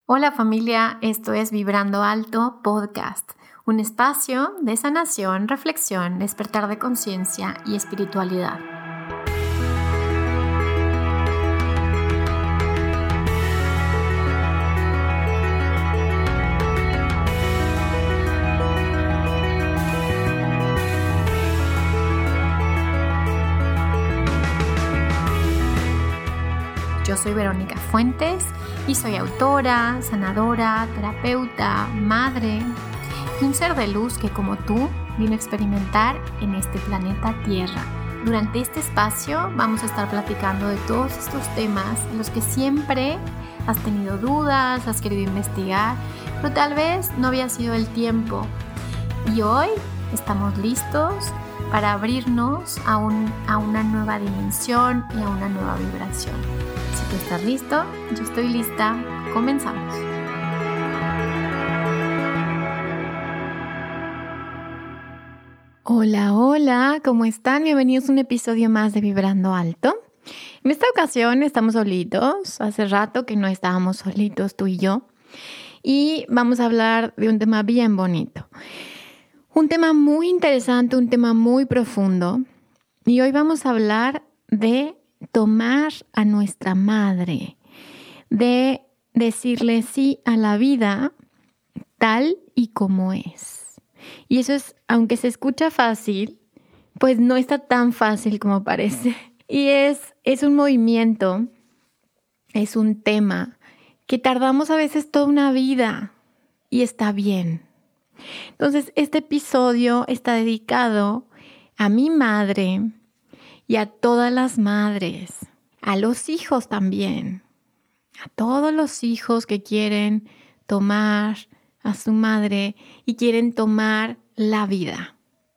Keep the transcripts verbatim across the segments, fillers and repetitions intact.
Hola familia, esto es Vibrando Alto Podcast, un espacio de sanación, reflexión, despertar de conciencia y espiritualidad. Yo soy Verónica Fuentes y soy autora, sanadora, terapeuta, madre y un ser de luz que como tú vino a experimentar en este planeta Tierra. Durante este espacio vamos a estar platicando de todos estos temas en los que siempre has tenido dudas, has querido investigar, pero tal vez no había sido el tiempo. Y hoy estamos listos para abrirnos a, un, a una nueva dimensión y a una nueva vibración. Si tú estás listo, yo estoy lista. Comenzamos. Hola, hola, ¿cómo están? Bienvenidos a un episodio más de Vibrando Alto. En esta ocasión estamos solitos. Hace rato que no estábamos solitos tú y yo. Y vamos a hablar de un tema bien bonito. Un tema muy interesante, un tema muy profundo. Y hoy vamos a hablar de tomar a nuestra madre, de decirle sí a la vida tal y como es. Y eso es, aunque se escucha fácil, pues no está tan fácil como parece. Y es, es un movimiento, es un tema que tardamos a veces toda una vida y está bien. Entonces, este episodio está dedicado a mi madre y a todas las madres, a los hijos también, a todos los hijos que quieren tomar a su madre y quieren tomar la vida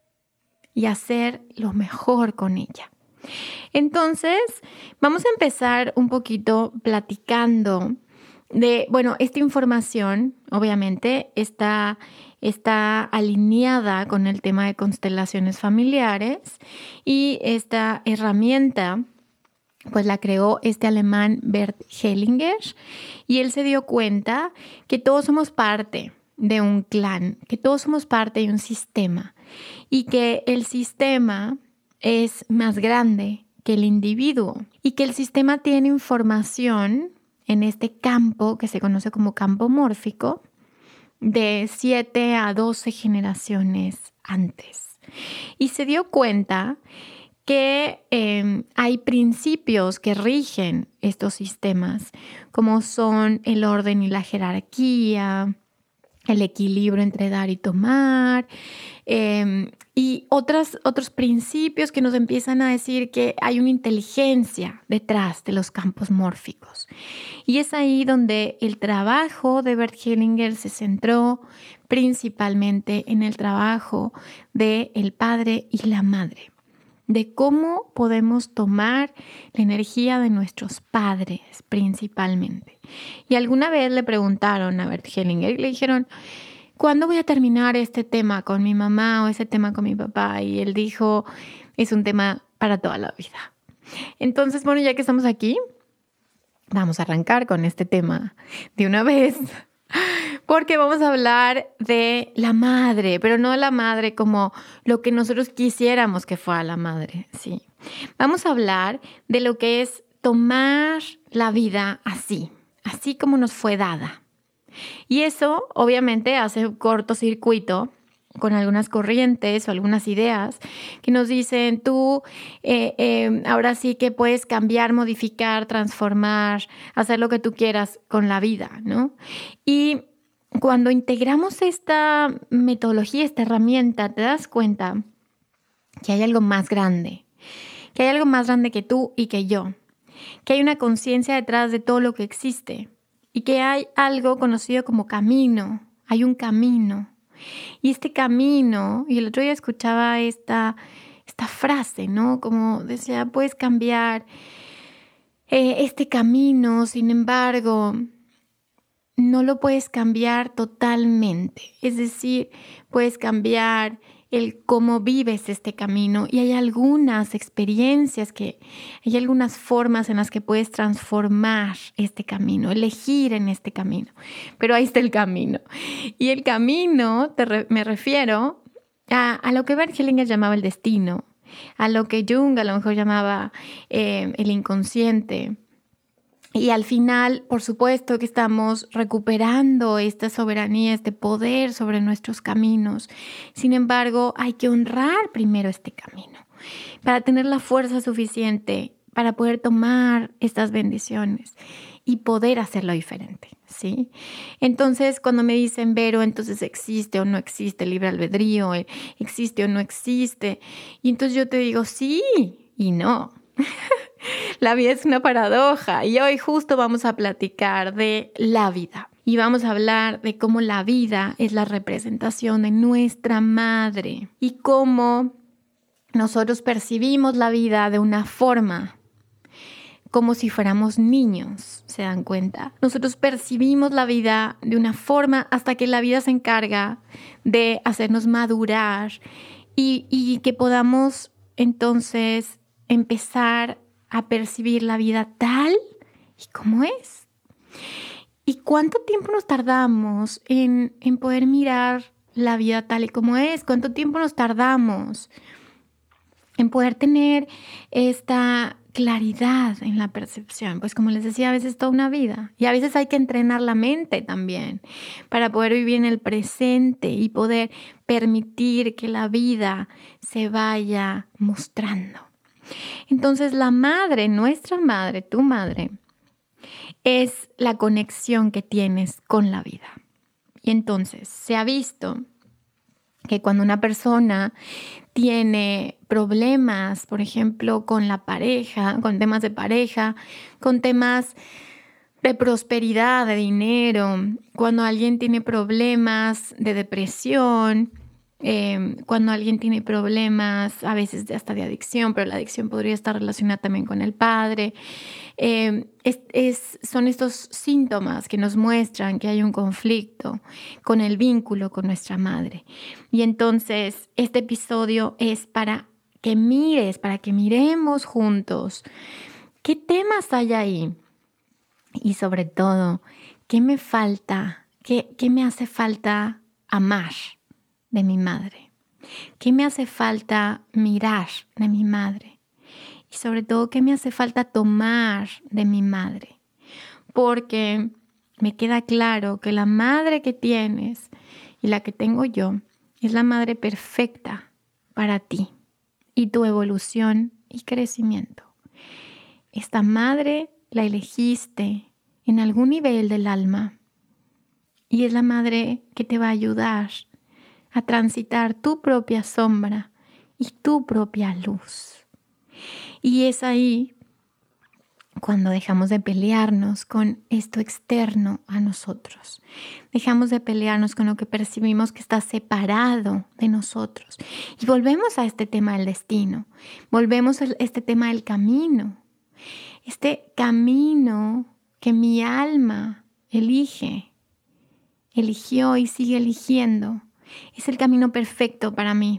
y hacer lo mejor con ella. Entonces, vamos a empezar un poquito platicando de, bueno, esta información obviamente está, está alineada con el tema de constelaciones familiares y esta herramienta pues la creó este alemán Bert Hellinger y él se dio cuenta que todos somos parte de un clan, que todos somos parte de un sistema y que el sistema es más grande que el individuo y que el sistema tiene información en este campo que se conoce como campo mórfico de siete a doce generaciones antes. Y se dio cuenta que eh, hay principios que rigen estos sistemas, como son el orden y la jerarquía, el equilibrio entre dar y tomar, eh, y otras, otros principios que nos empiezan a decir que hay una inteligencia detrás de los campos mórficos. Y es ahí donde el trabajo de Bert Hellinger se centró principalmente en el trabajo del padre y la madre, de cómo podemos tomar la energía de nuestros padres principalmente. Y alguna vez le preguntaron a Bert Hellinger y le dijeron, ¿cuándo voy a terminar este tema con mi mamá o ese tema con mi papá? Y él dijo, es un tema para toda la vida. Entonces, bueno, ya que estamos aquí, vamos a arrancar con este tema de una vez, porque vamos a hablar de la madre, pero no la madre como lo que nosotros quisiéramos que fuera la madre, sí. Vamos a hablar de lo que es tomar la vida así, así como nos fue dada. Y eso obviamente hace un cortocircuito con algunas corrientes o algunas ideas que nos dicen tú eh, eh, ahora sí que puedes cambiar, modificar, transformar, hacer lo que tú quieras con la vida, ¿no? Y cuando integramos esta metodología, esta herramienta, te das cuenta que hay algo más grande, que hay algo más grande que tú y que yo, que hay una conciencia detrás de todo lo que existe y que hay algo conocido como camino, hay un camino. Y este camino, y el otro día escuchaba esta, esta frase, ¿no? Como decía, puedes cambiar eh, este camino, sin embargo, no lo puedes cambiar totalmente. Es decir, puedes cambiar el cómo vives este camino y hay algunas experiencias que, hay algunas formas en las que puedes transformar este camino, elegir en este camino. Pero ahí está el camino. Y el camino, te re, me refiero a, a lo que Bert Hellinger llamaba el destino, a lo que Jung a lo mejor llamaba eh, el inconsciente. Y al final, por supuesto que estamos recuperando esta soberanía, este poder sobre nuestros caminos. Sin embargo, hay que honrar primero este camino para tener la fuerza suficiente para poder tomar estas bendiciones y poder hacerlo diferente, ¿sí? Entonces, cuando me dicen, Vero, entonces existe o no existe el libre albedrío, existe o no existe, y entonces yo te digo sí y no. La vida es una paradoja y hoy justo vamos a platicar de la vida y vamos a hablar de cómo la vida es la representación de nuestra madre y cómo nosotros percibimos la vida de una forma como si fuéramos niños, ¿se dan cuenta? Nosotros percibimos la vida de una forma hasta que la vida se encarga de hacernos madurar y, y que podamos entonces empezar a percibir la vida tal y como es. ¿Y cuánto tiempo nos tardamos en, en poder mirar la vida tal y como es? ¿Cuánto tiempo nos tardamos en poder tener esta claridad en la percepción? Pues como les decía, a veces toda una vida. Y a veces hay que entrenar la mente también para poder vivir en el presente y poder permitir que la vida se vaya mostrando. Entonces la madre, nuestra madre, tu madre, es la conexión que tienes con la vida. Y entonces se ha visto que cuando una persona tiene problemas, por ejemplo, con la pareja, con temas de pareja, con temas de prosperidad, de dinero, cuando alguien tiene problemas de depresión, Eh, cuando alguien tiene problemas a veces de hasta de adicción, pero la adicción podría estar relacionada también con el padre, eh, es, es, son estos síntomas que nos muestran que hay un conflicto con el vínculo con nuestra madre. Y entonces este episodio es para que mires, para que miremos juntos qué temas hay ahí y sobre todo qué me falta, qué, qué me hace falta amar de mi madre, qué me hace falta mirar de mi madre y sobre todo qué me hace falta tomar de mi madre, porque me queda claro que la madre que tienes y la que tengo yo es la madre perfecta para ti y tu evolución y crecimiento. Esta madre la elegiste en algún nivel del alma y es la madre que te va a ayudar a transitar tu propia sombra y tu propia luz. Y es ahí cuando dejamos de pelearnos con esto externo a nosotros. Dejamos de pelearnos con lo que percibimos que está separado de nosotros. Y volvemos a este tema del destino. Volvemos a este tema del camino. Este camino que mi alma elige, eligió y sigue eligiendo. Es el camino perfecto para mí.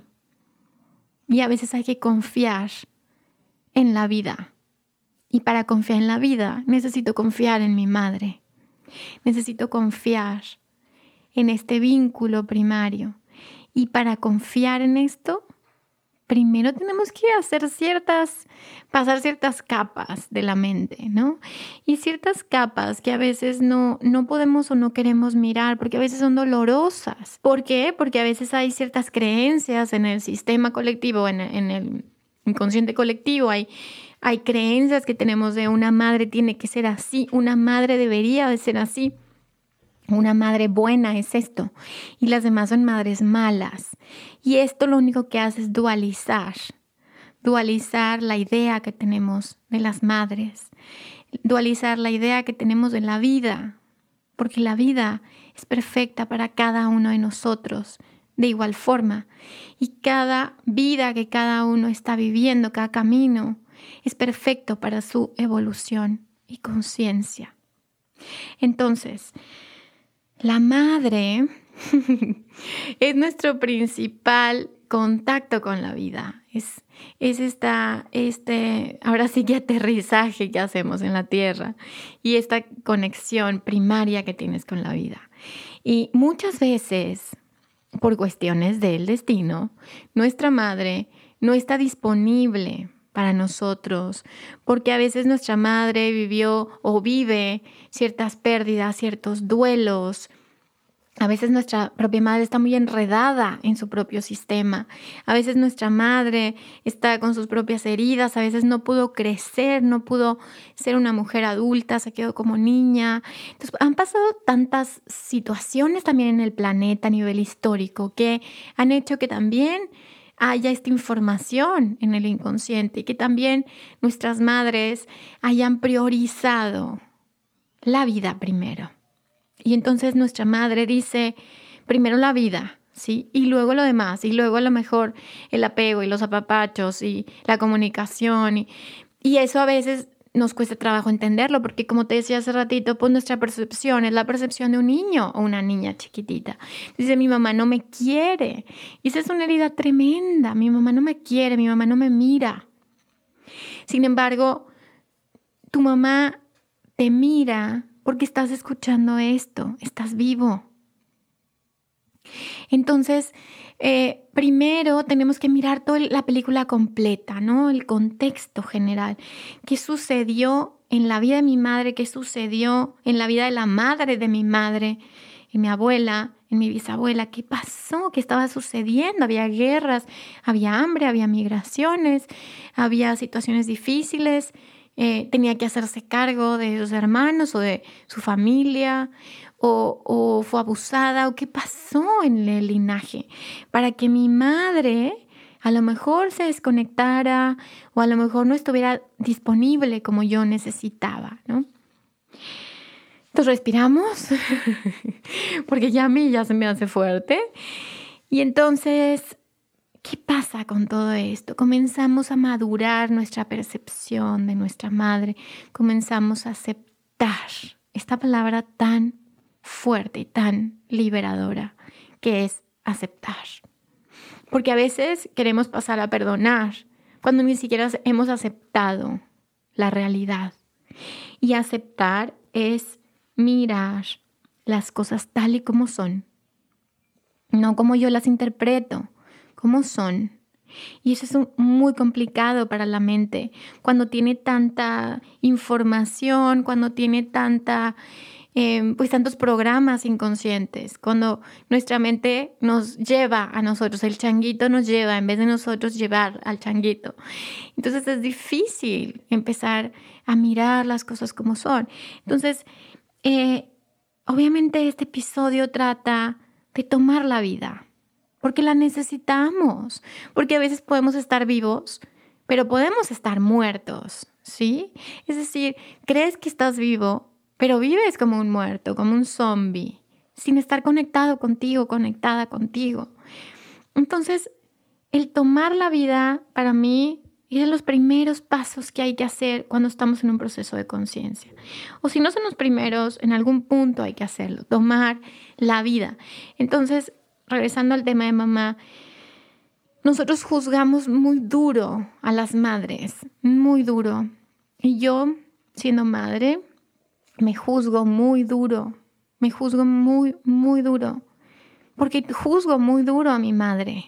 Y a veces hay que confiar en la vida. Y para confiar en la vida, necesito confiar en mi madre. Necesito confiar en este vínculo primario. Y para confiar en esto, primero tenemos que hacer ciertas, pasar ciertas capas de la mente, ¿no? Y ciertas capas que a veces no, no podemos o no queremos mirar porque a veces son dolorosas. ¿Por qué? Porque a veces hay ciertas creencias en el sistema colectivo, en, en el inconsciente colectivo, hay, hay creencias que tenemos de una madre tiene que ser así, una madre debería de ser así. Una madre buena es esto y las demás son madres malas. Y esto lo único que hace es dualizar, dualizar la idea que tenemos de las madres, dualizar la idea que tenemos de la vida, porque la vida es perfecta para cada uno de nosotros de igual forma. Y cada vida que cada uno está viviendo, cada camino, es perfecto para su evolución y conciencia. Entonces, la madre es nuestro principal contacto con la vida. Es, es esta, este, ahora sí que aterrizaje que hacemos en la tierra y esta conexión primaria que tienes con la vida. Y muchas veces, por cuestiones del destino, nuestra madre no está disponible para nosotros, porque a veces nuestra madre vivió o vive ciertas pérdidas, ciertos duelos. A veces nuestra propia madre está muy enredada en su propio sistema. A veces nuestra madre está con sus propias heridas. A veces no pudo crecer, no pudo ser una mujer adulta, se quedó como niña. Entonces, han pasado tantas situaciones también en el planeta a nivel histórico que han hecho que también haya esta información en el inconsciente y que también nuestras madres hayan priorizado la vida primero. Y entonces nuestra madre dice, primero la vida, ¿sí? Y luego lo demás, y luego a lo mejor el apego y los apapachos y la comunicación. Y, y eso a veces nos cuesta trabajo entenderlo, porque como te decía hace ratito, pues nuestra percepción es la percepción de un niño o una niña chiquitita. Dice, mi mamá no me quiere. Y esa es una herida tremenda. Mi mamá no me quiere, mi mamá no me mira. Sin embargo, tu mamá te mira porque estás escuchando esto, estás vivo. Entonces, eh, primero tenemos que mirar toda la película completa, ¿no? El contexto general. ¿Qué sucedió en la vida de mi madre? ¿Qué sucedió en la vida de la madre de mi madre? En mi abuela, en mi bisabuela. ¿Qué pasó? ¿Qué estaba sucediendo? Había guerras, había hambre, había migraciones, había situaciones difíciles. Eh, tenía que hacerse cargo de sus hermanos o de su familia, o, o fue abusada, o qué pasó en el linaje, para que mi madre a lo mejor se desconectara o a lo mejor no estuviera disponible como yo necesitaba, ¿no? Entonces respiramos, porque ya a mí ya se me hace fuerte. Y entonces, ¿qué pasa con todo esto? Comenzamos a madurar nuestra percepción de nuestra madre. Comenzamos a aceptar esta palabra tan fuerte y tan liberadora que es aceptar. Porque a veces queremos pasar a perdonar cuando ni siquiera hemos aceptado la realidad. Y aceptar es mirar las cosas tal y como son, no como yo las interpreto, como son. Y eso es un, muy complicado para la mente cuando tiene tanta información, cuando tiene tanta, eh, pues tantos programas inconscientes, cuando nuestra mente nos lleva a nosotros, el changuito nos lleva en vez de nosotros llevar al changuito. Entonces es difícil empezar a mirar las cosas como son. Entonces, eh, obviamente este episodio trata de tomar la vida, porque la necesitamos, porque a veces podemos estar vivos, pero podemos estar muertos, ¿sí? Es decir, crees que estás vivo, pero vives como un muerto, como un zombie, sin estar conectado contigo, conectada contigo. Entonces, el tomar la vida, para mí, es de los primeros pasos que hay que hacer cuando estamos en un proceso de conciencia. O si no son los primeros, en algún punto hay que hacerlo, tomar la vida. Entonces, regresando al tema de mamá, nosotros juzgamos muy duro a las madres, muy duro. Y yo, siendo madre, me juzgo muy duro, me juzgo muy, muy duro, porque juzgo muy duro a mi madre.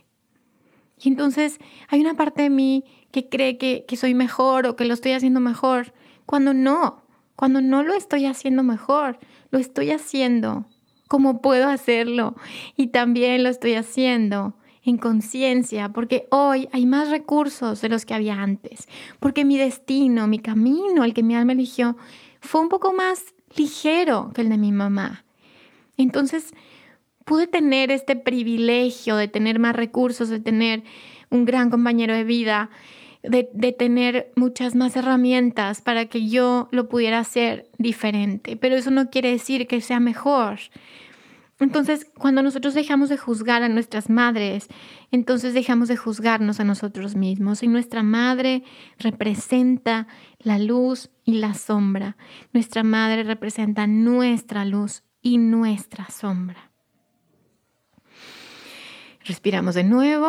Y entonces hay una parte de mí que cree que, que soy mejor o que lo estoy haciendo mejor, cuando no, cuando no lo estoy haciendo mejor, lo estoy haciendo como puedo hacerlo y también lo estoy haciendo en conciencia, porque hoy hay más recursos de los que había antes, porque mi destino, mi camino, el que mi alma eligió, fue un poco más ligero que el de mi mamá. Entonces, pude tener este privilegio de tener más recursos, de tener un gran compañero de vida, de, de tener muchas más herramientas para que yo lo pudiera hacer diferente. Pero eso no quiere decir que sea mejor. Entonces, cuando nosotros dejamos de juzgar a nuestras madres, entonces dejamos de juzgarnos a nosotros mismos. Y nuestra madre representa la luz y la sombra. Nuestra madre representa nuestra luz y nuestra sombra. Respiramos de nuevo.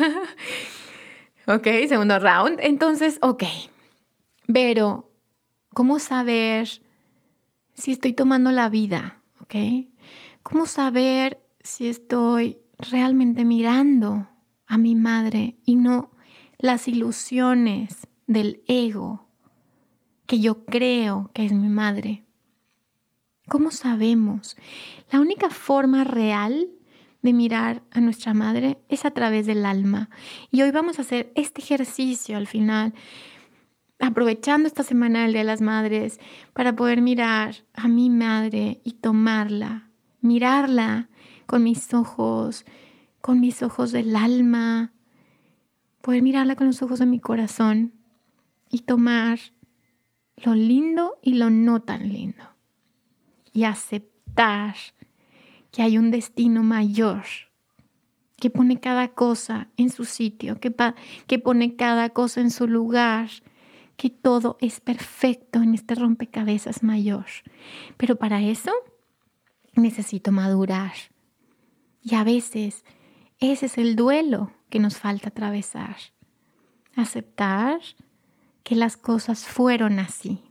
Ok, segundo round. Entonces, ok. Pero, ¿cómo saber si estoy tomando la vida? ¿Ok? ¿Cómo saber si estoy realmente mirando a mi madre y no las ilusiones del ego que yo creo que es mi madre? ¿Cómo sabemos? La única forma real de mirar a nuestra madre es a través del alma. Y hoy vamos a hacer este ejercicio al final, aprovechando esta semana del Día de las Madres, para poder mirar a mi madre y tomarla, mirarla con mis ojos, con mis ojos del alma, poder mirarla con los ojos de mi corazón y tomar lo lindo y lo no tan lindo. Y aceptar que hay un destino mayor, que pone cada cosa en su sitio, que, pa- que pone cada cosa en su lugar, que todo es perfecto en este rompecabezas mayor. Pero para eso necesito madurar. Y a veces ese es el duelo que nos falta atravesar. Aceptar que las cosas fueron así.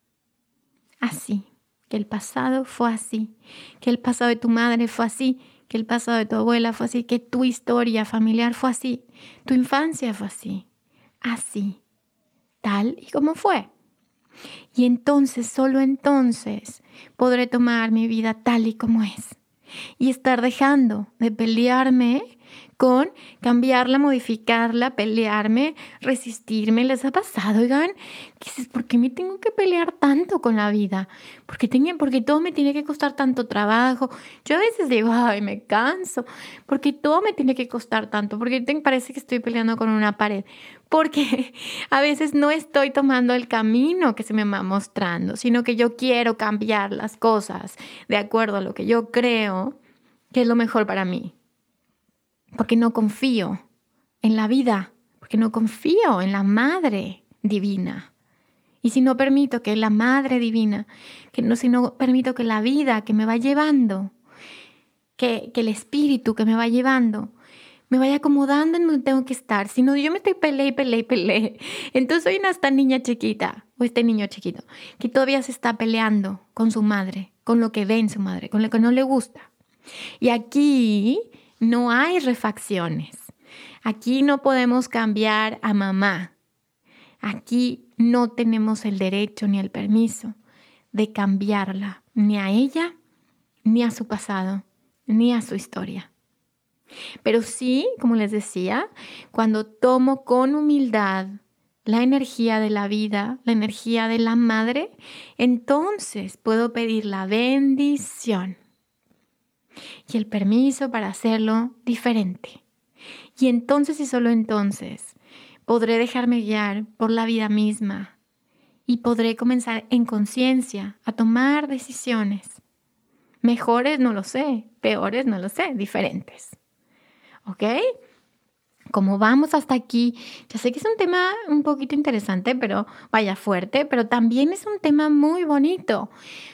Así. Que el pasado fue así, que el pasado de tu madre fue así, que el pasado de tu abuela fue así, que tu historia familiar fue así, tu infancia fue así, así, tal y como fue. Y entonces, solo entonces, podré tomar mi vida tal y como es y estar dejando de pelearme con cambiarla, modificarla, pelearme, resistirme. ¿Les ha pasado, oigan? ¿Qué dices? ¿Por qué me tengo que pelear tanto con la vida? ¿Por qué, tengo, porque todo me tiene que costar tanto trabajo? Yo a veces digo, ay, me canso. Porque todo me tiene que costar tanto. Porque te parece que estoy peleando con una pared. Porque a veces no estoy tomando el camino que se me va mostrando, sino que yo quiero cambiar las cosas de acuerdo a lo que yo creo que es lo mejor para mí. Porque no confío en la vida, porque no confío en la Madre Divina. Y si no permito que la Madre Divina, que no, si no permito que la vida que me va llevando, que, que el espíritu que me va llevando, me vaya acomodando en donde tengo que estar. Si no, yo me estoy peleé, peleé, peleé. Entonces soy una esta niña chiquita, o este niño chiquito, que todavía se está peleando con su madre, con lo que ve en su madre, con lo que no le gusta. Y aquí no hay refacciones. Aquí no podemos cambiar a mamá. Aquí no tenemos el derecho ni el permiso de cambiarla, ni a ella, ni a su pasado, ni a su historia. Pero sí, como les decía, cuando tomo con humildad la energía de la vida, la energía de la madre, entonces puedo pedir la bendición y el permiso para hacerlo diferente. Y entonces y solo entonces podré dejarme guiar por la vida misma y podré comenzar en conciencia a tomar decisiones. Mejores no lo sé, peores no lo sé, diferentes. ¿Ok? Como vamos hasta aquí, ya sé que es un tema un poquito interesante, pero vaya fuerte, pero también es un tema muy bonito.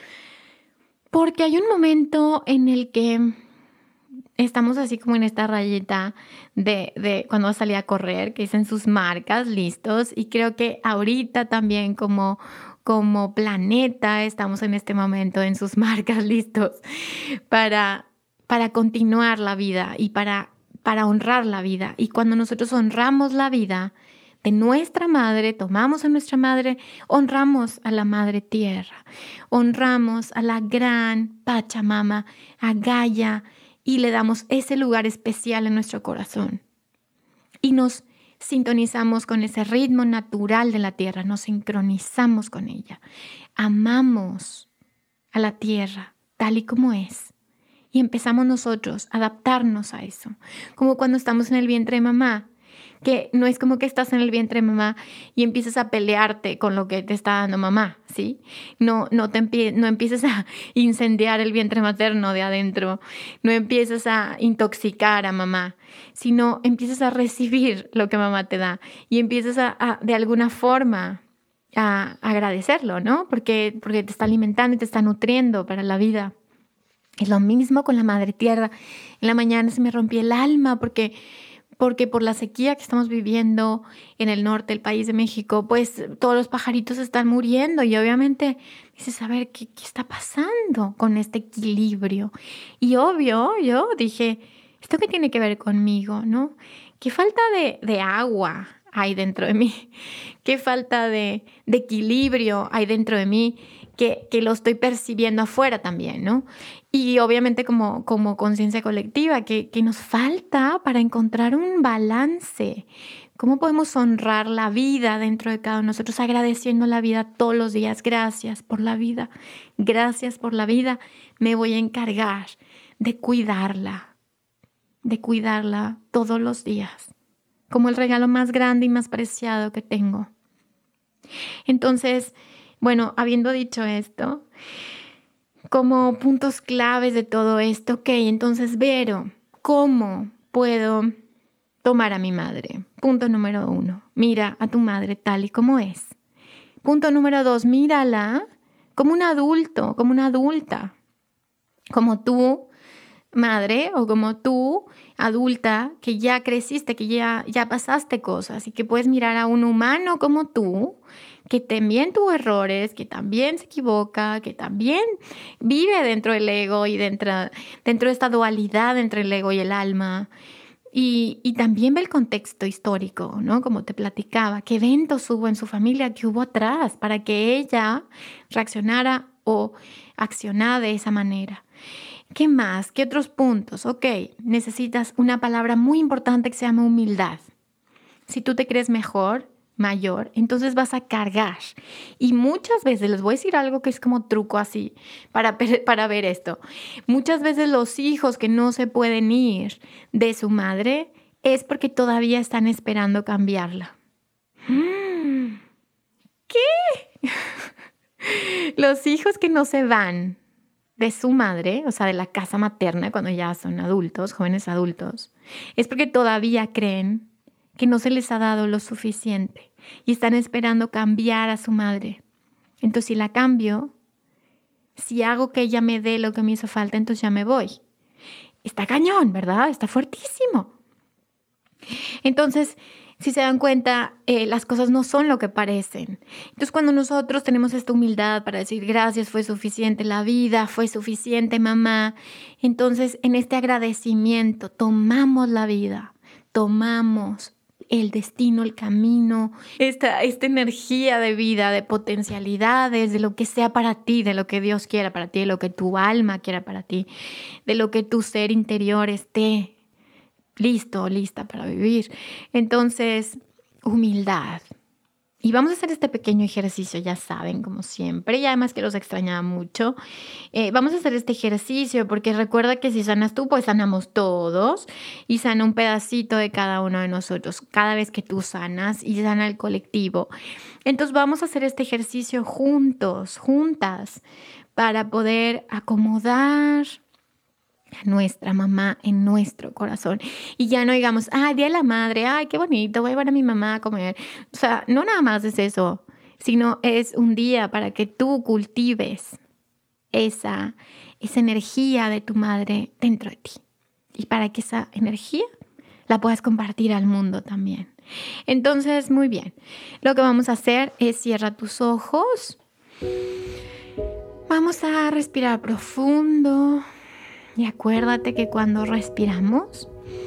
Porque hay un momento en el que estamos así como en esta rayita de, de cuando salí a correr, que dicen sus marcas, listos. Y creo que ahorita también como, como planeta estamos en este momento en sus marcas, listos para, para continuar la vida y para, para honrar la vida. Y cuando nosotros honramos la vida de nuestra madre, tomamos a nuestra madre, honramos a la madre tierra, honramos a la gran Pachamama, a Gaia, y le damos ese lugar especial en nuestro corazón. Y nos sintonizamos con ese ritmo natural de la tierra, nos sincronizamos con ella. Amamos a la tierra tal y como es. Y empezamos nosotros a adaptarnos a eso. Como cuando estamos en el vientre de mamá, que no es como que estás en el vientre de mamá y empiezas a pelearte con lo que te está dando mamá, ¿sí? No, no, te empie- no empieces a incendiar el vientre materno de adentro, no empiezas a intoxicar a mamá, sino empiezas a recibir lo que mamá te da y empiezas a, a de alguna forma a agradecerlo, ¿no? Porque, porque te está alimentando y te está nutriendo para la vida. Es lo mismo con la madre tierra. En la mañana se me rompía el alma porque, porque por la sequía que estamos viviendo en el norte del país de México, pues todos los pajaritos están muriendo y obviamente dices, a ver, ¿qué, qué está pasando con este equilibrio? Y obvio, yo dije, ¿esto qué tiene que ver conmigo, no? ¿Qué falta de, de agua hay dentro de mí? ¿Qué falta de, de equilibrio hay dentro de mí? Que, que lo estoy percibiendo afuera también, ¿no? Y obviamente como, como conciencia colectiva, que, que nos falta para encontrar un balance. ¿Cómo podemos honrar la vida dentro de cada uno de nosotros, agradeciendo la vida todos los días? Gracias por la vida, gracias por la vida. Me voy a encargar de cuidarla, de cuidarla todos los días, como el regalo más grande y más preciado que tengo. Entonces, bueno, habiendo dicho esto, como puntos claves de todo esto, ok, entonces, Vero, ¿cómo puedo tomar a mi madre? Punto número uno, mira a tu madre tal y como es. Punto número dos, mírala como un adulto, como una adulta, como tú, madre, o como tú, adulta, que ya creciste, que ya, ya pasaste cosas y que puedes mirar a un humano como tú, que también tuvo errores, que también se equivoca, que también vive dentro del ego y dentro, dentro de esta dualidad entre el ego y el alma. Y, y también ve el contexto histórico, ¿no? Como te platicaba, qué eventos hubo en su familia, qué hubo atrás para que ella reaccionara o accionara de esa manera. ¿Qué más? ¿Qué otros puntos? Ok, necesitas una palabra muy importante que se llama humildad. Si tú te crees mejor, mayor, entonces vas a cargar. Y muchas veces, les voy a decir algo que es como truco así para, para ver esto. Muchas veces los hijos que no se pueden ir de su madre es porque todavía están esperando cambiarla. ¿Qué? Los hijos que no se van de su madre, o sea, de la casa materna cuando ya son adultos, jóvenes adultos, es porque todavía creen que no se les ha dado lo suficiente y están esperando cambiar a su madre. Entonces, si la cambio, si hago que ella me dé lo que me hizo falta, entonces ya me voy. Está cañón, ¿verdad? Está fuertísimo. Entonces, si se dan cuenta, eh, las cosas no son lo que parecen. Entonces, cuando nosotros tenemos esta humildad para decir gracias, fue suficiente la vida, fue suficiente mamá, entonces en este agradecimiento tomamos la vida, tomamos el destino, el camino, esta, esta energía de vida, de potencialidades, de lo que sea para ti, de lo que Dios quiera para ti, de lo que tu alma quiera para ti, de lo que tu ser interior esté listo, lista para vivir. Entonces, humildad. Y vamos a hacer este pequeño ejercicio, ya saben, como siempre, y además que los extrañaba mucho. Eh, vamos a hacer este ejercicio porque recuerda que si sanas tú, pues sanamos todos y sana un pedacito de cada uno de nosotros cada vez que tú sanas y sana el colectivo. Entonces vamos a hacer este ejercicio juntos, juntas, para poder acomodar a nuestra mamá en nuestro corazón. Y ya no digamos, ay, Día de la Madre, ay, qué bonito, voy a llevar a mi mamá a comer. O sea, no nada más es eso, sino es un día para que tú cultives esa, esa energía de tu madre dentro de ti. Y para que esa energía la puedas compartir al mundo también. Entonces, muy bien. Lo que vamos a hacer es cierra tus ojos. Vamos a respirar profundo. Y acuérdate que cuando respiramos,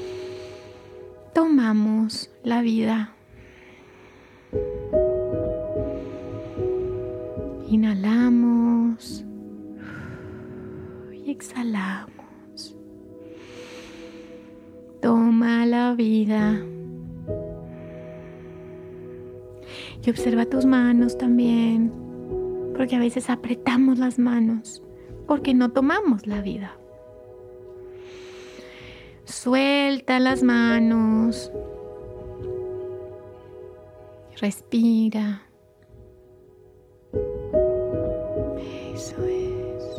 tomamos la vida. Inhalamos y exhalamos. Toma la vida. Y observa tus manos también, porque a veces apretamos las manos porque no tomamos la vida. Suelta las manos. Respira. Eso es.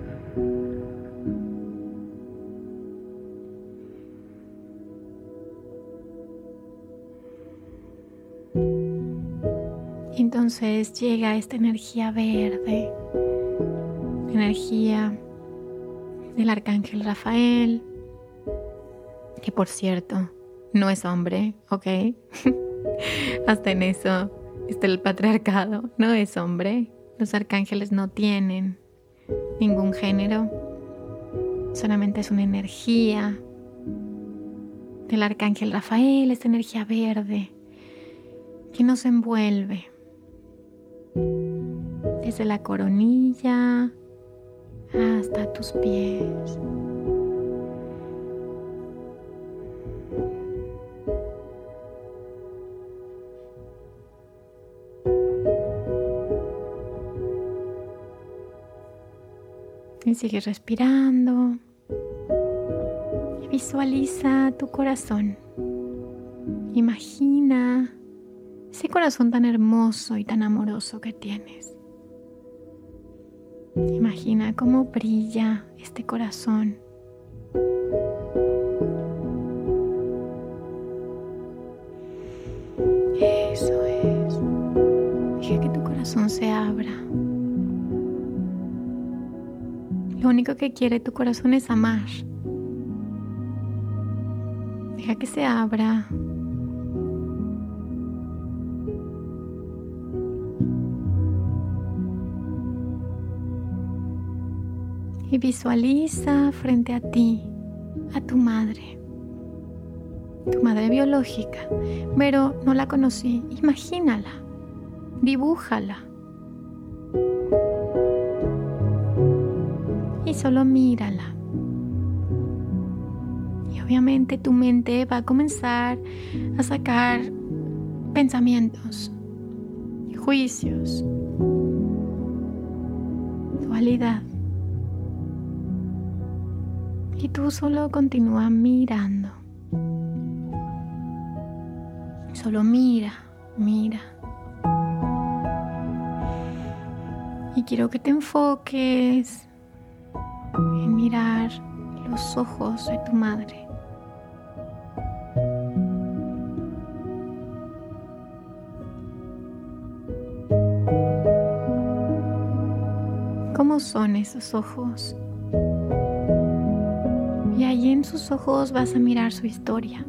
Entonces llega esta energía verde, energía del arcángel Rafael, que por cierto no es hombre, ¿ok? Hasta en eso está el patriarcado, no es hombre. Los arcángeles no tienen ningún género, solamente es una energía del arcángel Rafael, esta energía verde que nos envuelve desde la coronilla hasta tus pies. Y sigue respirando y visualiza tu corazón. Imagina ese corazón tan hermoso y tan amoroso que tienes. Imagina cómo brilla este corazón. Eso es. Deja que tu corazón se abra. Lo único que quiere tu corazón es amar. Deja que se abra. Y visualiza frente a ti a tu madre, tu madre biológica, pero no la conocí. Imagínala, dibújala. Y solo mírala. Y obviamente tu mente va a comenzar a sacar pensamientos, juicios, dualidad. Y tú solo continúa mirando. Solo mira, mira. Y quiero que te enfoques en mirar los ojos de tu madre. ¿Cómo son esos ojos? Y ahí en sus ojos vas a mirar su historia.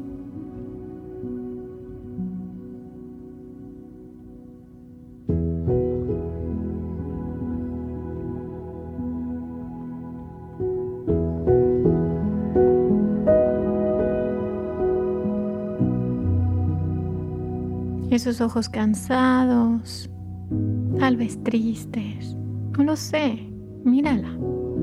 Esos ojos cansados, tal vez tristes, no lo sé, mírala.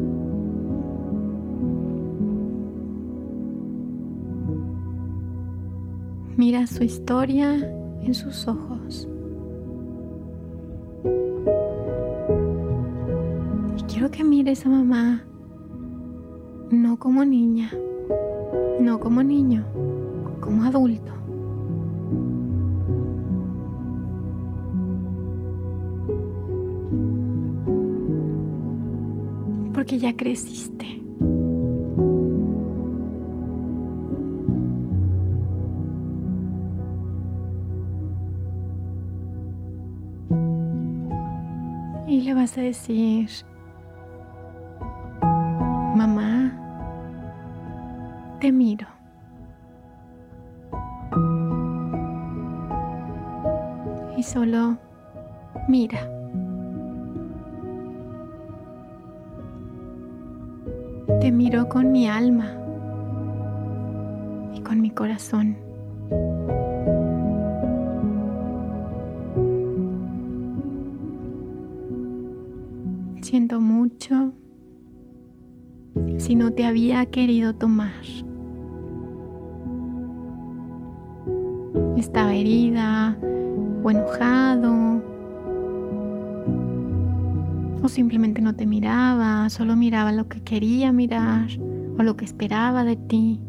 Mira su historia en sus ojos. Y quiero que mires a mamá no como niña, no como niño, como adulto. Porque ya creciste. Y le vas a decir: mamá, te miro. Y solo mira. Te miro con mi alma y con mi corazón. Siento mucho si no te había querido tomar. Estaba herida o enojado, o simplemente no te miraba, solo miraba lo que quería mirar o lo que esperaba de ti.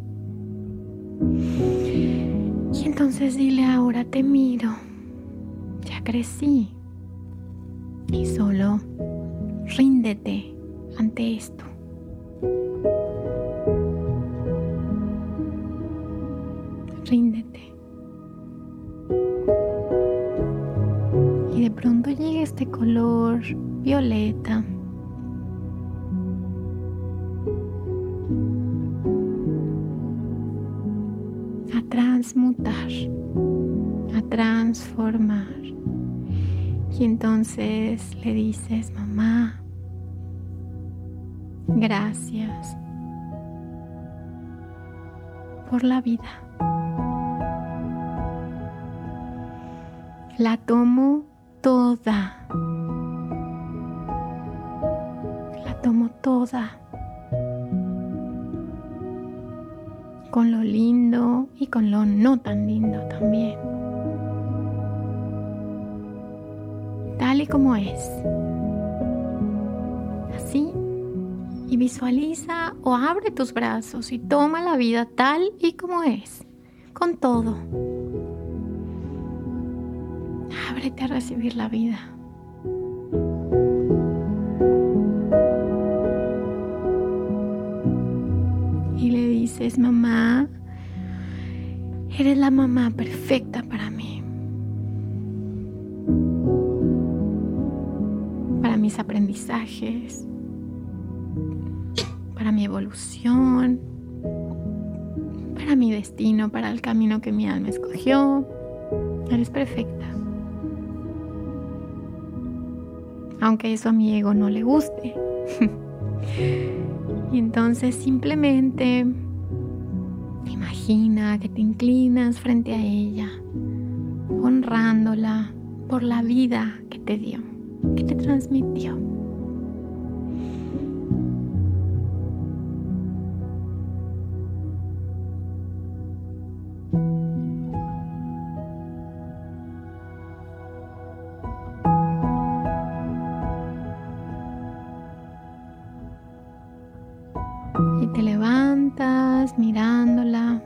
Y entonces dile: ahora te miro, ya crecí, y solo ríndete ante esto. Ríndete. Y de pronto llega este color violeta. transmutar, a transformar. Y entonces le dices: mamá, gracias por la vida. La tomo toda. La tomo toda. Con lo lindo y con lo no tan lindo también. Tal y como es. Así. Y visualiza o abre tus brazos y toma la vida tal y como es. Con todo. Ábrete a recibir la vida. Y le dices: mamá, eres la mamá perfecta para mí. Para mis aprendizajes, para mi evolución, para mi destino, para el camino que mi alma escogió. Eres perfecta. Aunque eso a mi ego no le guste. Y entonces simplemente imagina que te inclinas frente a ella, honrándola por la vida que te dio, que te transmitió. Y te levantas mirándola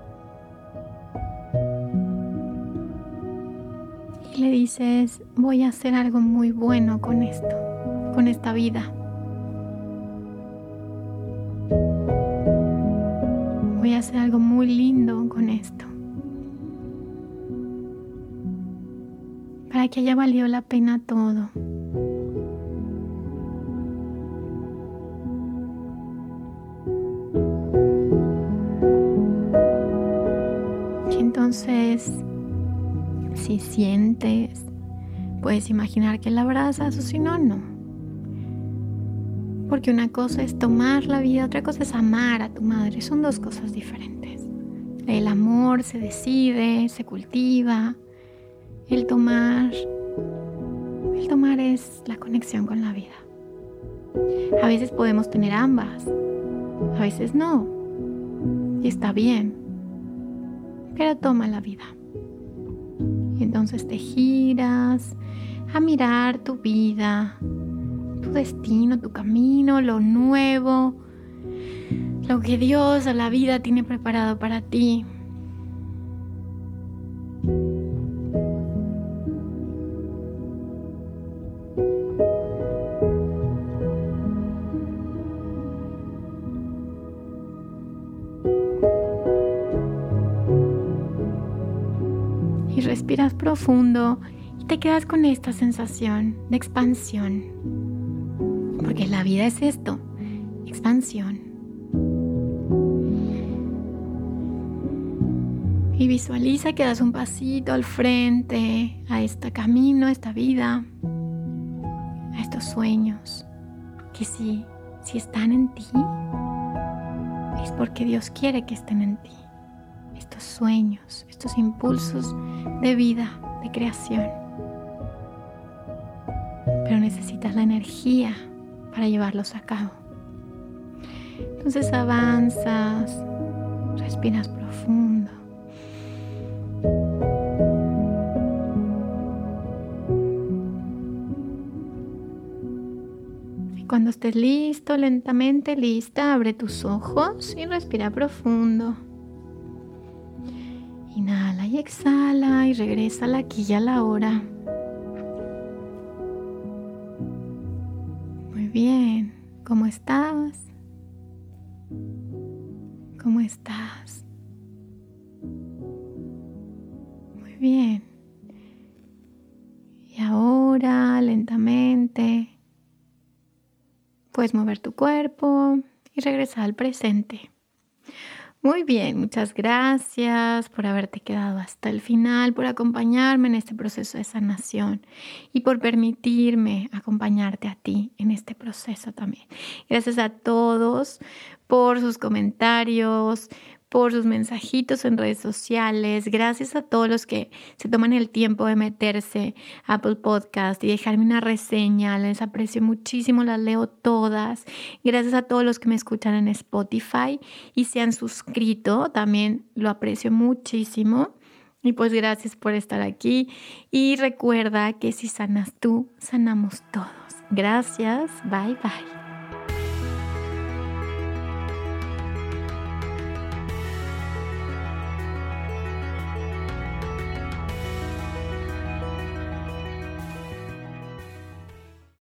y le dices: voy a hacer algo muy bueno con esto, con esta vida. Voy a hacer algo muy lindo con esto, para que haya valido la pena todo. Entonces, si sientes, puedes imaginar que la abrazas, o si no, no. Porque una cosa es tomar la vida, otra cosa es amar a tu madre. Son dos cosas diferentes. El amor se decide, se cultiva. El tomar, el tomar es la conexión con la vida. A veces podemos tener ambas, a veces no. Y está bien. Pero toma la vida. Y entonces te giras a mirar tu vida, tu destino, tu camino, lo nuevo, lo que Dios o la vida tiene preparado para ti. Y respiras profundo y te quedas con esta sensación de expansión. Porque la vida es esto, expansión. Y visualiza que das un pasito al frente a este camino, a esta vida, a estos sueños, que si, si están en ti, es porque Dios quiere que estén en ti. Estos sueños, estos impulsos de vida, de creación. Pero necesitas la energía para llevarlos a cabo. Entonces avanzas, respiras profundo. Y cuando estés listo, lentamente lista, abre tus ojos y respira profundo. Inhala y exhala y regresa al aquí y a la hora. Muy bien. ¿Cómo estás? ¿Cómo estás? Muy bien. Y ahora, lentamente, puedes mover tu cuerpo y regresar al presente. Muy bien, muchas gracias por haberte quedado hasta el final, por acompañarme en este proceso de sanación y por permitirme acompañarte a ti en este proceso también. Gracias a todos por sus comentarios, por sus mensajitos en redes sociales. Gracias a todos los que se toman el tiempo de meterse a Apple Podcast y dejarme una reseña. Les aprecio muchísimo, las leo todas. Gracias a todos los que me escuchan en Spotify y se han suscrito. También lo aprecio muchísimo. Y pues gracias por estar aquí. Y recuerda que si sanas tú, sanamos todos. Gracias. Bye, bye.